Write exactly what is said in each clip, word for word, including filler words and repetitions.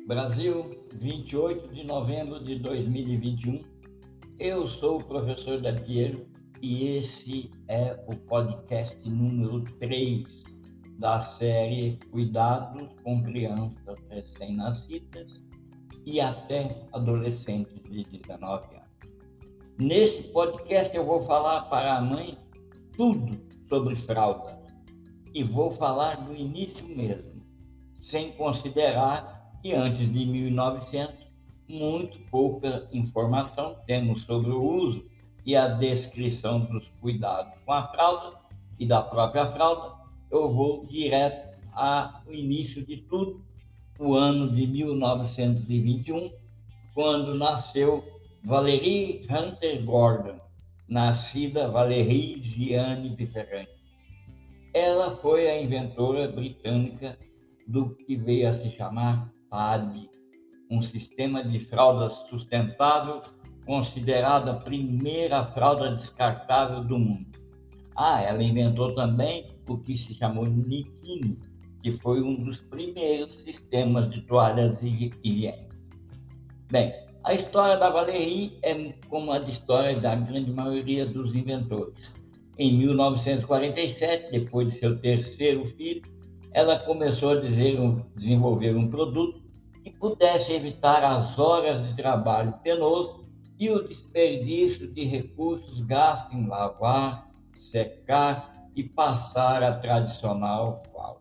Brasil, vinte e oito de novembro de dois mil e vinte e um. Eu sou o professor Del Piero e esse é o podcast número três da série Cuidados com Crianças Recém-Nascidas e até adolescentes de dezenove anos. Nesse podcast eu vou falar para a mãe tudo sobre fraldas e vou falar do início mesmo, sem considerar que antes de mil e novecentos, muito pouca informação temos sobre o uso e a descrição dos cuidados com a fralda e da própria fralda. Eu vou direto ao início de tudo, o ano de mil novecentos e vinte e um, quando nasceu Valerie Hunter Gordon, nascida Valerie Jeanne de Ferrand. Ela foi a inventora britânica do que veio a se chamar P A D, um sistema de fralda sustentável, considerada a primeira fralda descartável do mundo. Ah, ela inventou também o que se chamou Nikini, que foi um dos primeiros sistemas de toalhas higiênicas. Bem, a história da Valerie é como a de história da grande maioria dos inventores. Em mil novecentos e quarenta e sete, depois de seu terceiro filho, ela começou a dizer, um, desenvolver um produto que pudesse evitar as horas de trabalho penoso e o desperdício de recursos gastos em lavar, secar e passar a tradicional fralda.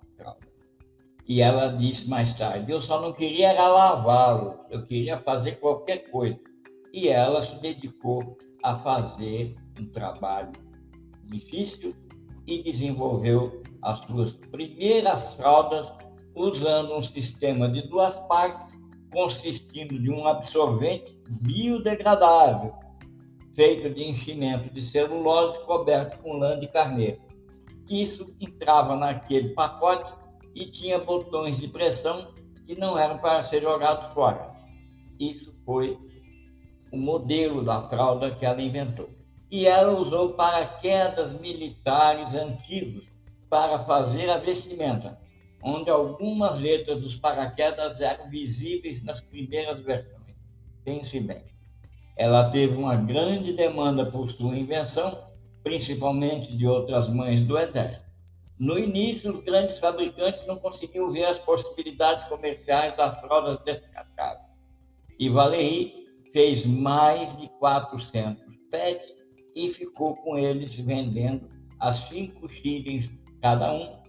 E ela disse mais tarde, eu só não queria era lavá-lo, eu queria fazer qualquer coisa. E ela se dedicou a fazer um trabalho difícil e desenvolveu as suas primeiras fraldas usando um sistema de duas partes, consistindo de um absorvente biodegradável, feito de enchimento de celulose coberto com lã de carneiro. Isso entrava naquele pacote e tinha botões de pressão que não eram para ser jogados fora. Isso foi o modelo da fralda que ela inventou. E ela usou paraquedas militares antigos para fazer a vestimenta, onde algumas letras dos paraquedas eram visíveis nas primeiras versões. Pense bem. Ela teve uma grande demanda por sua invenção, principalmente de outras mães do exército. No início, os grandes fabricantes não conseguiam ver as possibilidades comerciais das fraldas descartáveis. E Valerie fez mais de quatrocentos pets e ficou com eles vendendo a cinco shillings cada um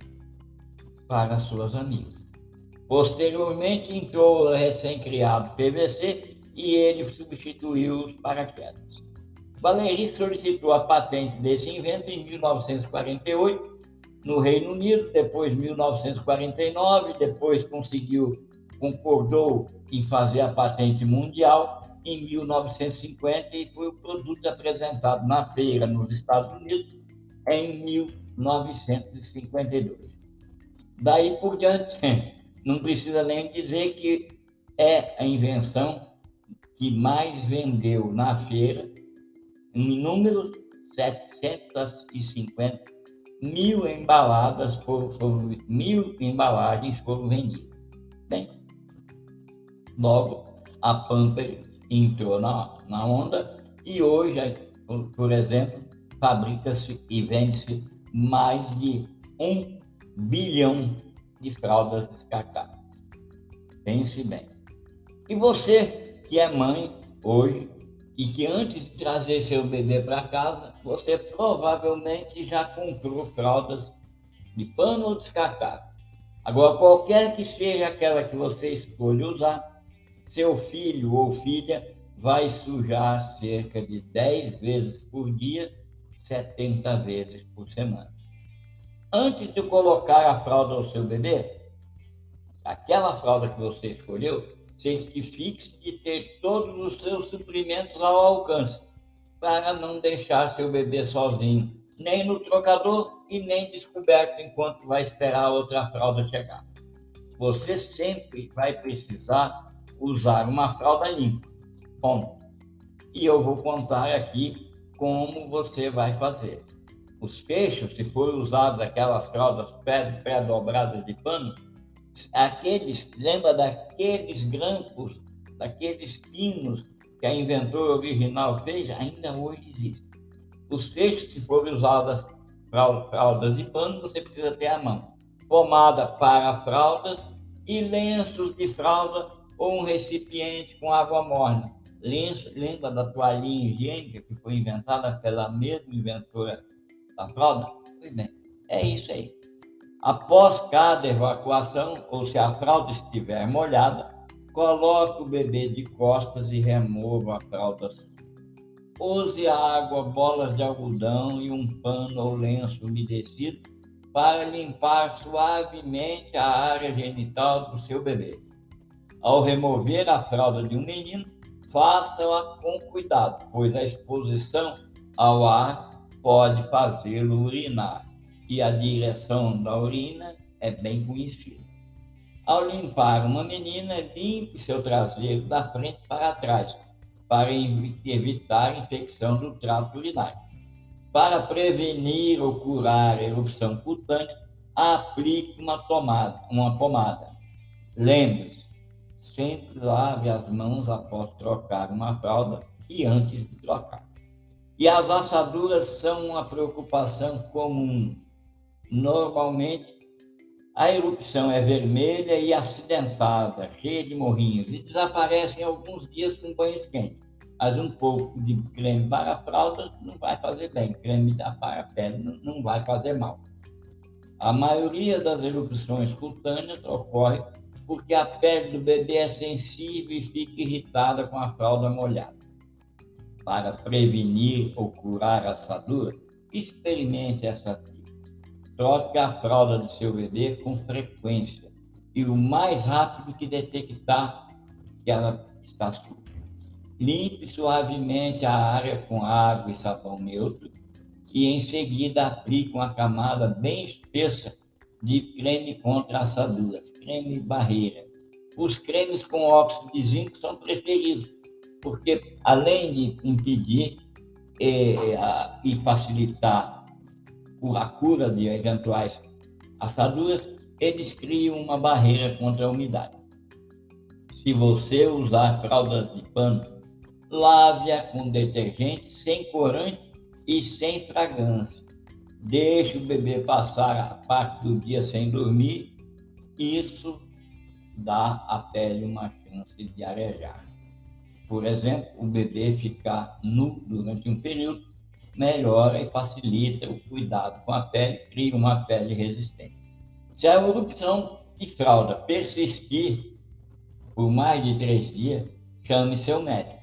para suas amigas. Posteriormente, entrou o recém-criado P V C e ele substituiu os paraquedas. Valerie solicitou a patente desse invento em mil novecentos e quarenta e oito, no Reino Unido, depois mil novecentos e quarenta e nove, depois conseguiu, concordou em fazer a patente mundial em mil novecentos e cinquenta e foi o produto apresentado na feira nos Estados Unidos em mil novecentos e cinquenta e dois. Daí por diante, não precisa nem dizer que é a invenção que mais vendeu na feira, em números setecentos e cinquenta mil embaladas foram, mil embalagens foram vendidas. Bem, logo a Pampers entrou na, na onda e hoje, por, por exemplo, fabrica-se e vende-se mais de um bilhão de fraldas descartáveis. Pense bem. E você que é mãe hoje e que antes de trazer seu bebê para casa, você provavelmente já comprou fraldas de pano ou descartável. Agora, qualquer que seja aquela que você escolha usar, seu filho ou filha vai sujar cerca de dez vezes por dia, setenta vezes por semana. Antes de colocar a fralda ao seu bebê, aquela fralda que você escolheu, certifique-se de ter todos os seus suprimentos ao alcance, para não deixar seu bebê sozinho, nem no trocador e nem descoberto enquanto vai esperar a outra fralda chegar. Você sempre vai precisar usar uma fralda limpa. Bom, e eu vou contar aqui como você vai fazer. Os fechos, se forem usados aquelas fraldas pré-dobradas de pano, Aqueles, lembra daqueles grampos, daqueles pinos que a inventora original fez? Ainda hoje existe. Os feixes, se forem usadas fraldas de pano, você precisa ter à mão. Pomada para fraldas e lenços de fralda ou um recipiente com água morna. Lenço, lembra da toalhinha higiênica que foi inventada pela mesma inventora da fralda? Pois bem, é isso aí. Após cada evacuação, ou se a fralda estiver molhada, coloque o bebê de costas e remova a fralda. Use água, bolas de algodão e um pano ou lenço umedecido para limpar suavemente a área genital do seu bebê. Ao remover a fralda de um menino, faça-a com cuidado, pois a exposição ao ar pode fazê-lo urinar, e a direção da urina é bem conhecida. Ao limpar uma menina, limpe seu traseiro da frente para trás, para evitar a infecção do trato urinário. Para prevenir ou curar a erupção cutânea, aplique uma, tomada, uma pomada. Lembre-se, sempre lave as mãos após trocar uma fralda e antes de trocar. E as assaduras são uma preocupação comum. Normalmente, a erupção é vermelha e acidentada, cheia de morrinhos, e desaparece em alguns dias com banhos quentes. Mas um pouco de creme para a fralda não vai fazer bem, creme para a pele não vai fazer mal. A maioria das erupções cutâneas ocorre porque a pele do bebê é sensível e fica irritada com a fralda molhada. Para prevenir ou curar a assadura, experimente essa dica. Troque a fralda do seu bebê com frequência e o mais rápido que detectar que ela está suja. Limpe suavemente a área com água e sabão neutro e em seguida aplique uma camada bem espessa de creme contra assaduras, creme barreira. Os cremes com óxido de zinco são preferidos, porque além de impedir eh, a, e facilitar a cura de eventuais assaduras, eles criam uma barreira contra a umidade. Se você usar fraldas de pano, lave-a com detergente sem corante e sem fragrância. Deixe o bebê passar a parte do dia sem dormir. Isso dá à pele uma chance de arejar. Por exemplo, o bebê ficar nu durante um período melhora e facilita o cuidado com a pele, cria uma pele resistente. Se a erupção de fralda persistir por mais de três dias, chame seu médico.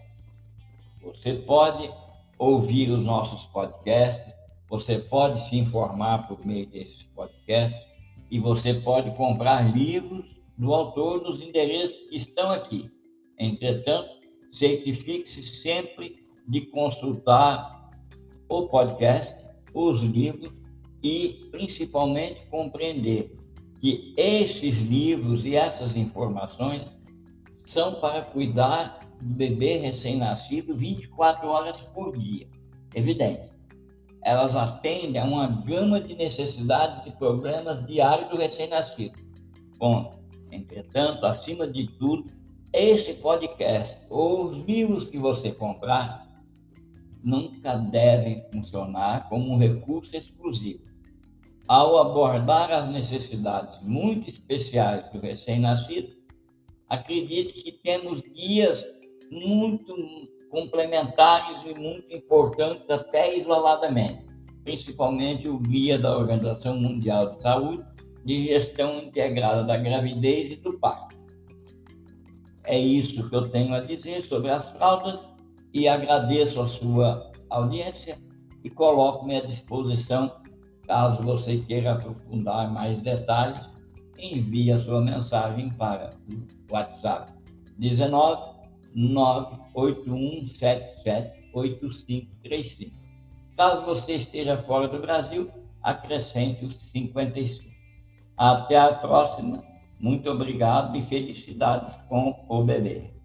Você pode ouvir os nossos podcasts, você pode se informar por meio desses podcasts e você pode comprar livros do autor nos endereços que estão aqui. Entretanto, certifique-se sempre de consultar o podcast, os livros e, principalmente, compreender que esses livros e essas informações são para cuidar do bebê recém-nascido vinte e quatro horas por dia. Evidente, elas atendem a uma gama de necessidades e problemas diários do recém-nascido. Bom, entretanto, acima de tudo, esse podcast ou os livros que você comprar nunca devem funcionar como um recurso exclusivo. Ao abordar as necessidades muito especiais do recém-nascido, acredite que temos guias muito complementares e muito importantes, até isoladamente, principalmente o guia da Organização Mundial de Saúde de Gestão Integrada da Gravidez e do Parto. É isso que eu tenho a dizer sobre as fraldas e agradeço a sua audiência e coloco-me à disposição caso você queira aprofundar mais detalhes. Envie a sua mensagem para o WhatsApp dezenove, nove oito um sete sete, oito cinco três cinco. Caso você esteja fora do Brasil, acrescente o cinquenta e cinco. Até a próxima. Muito obrigado e felicidades com o bebê.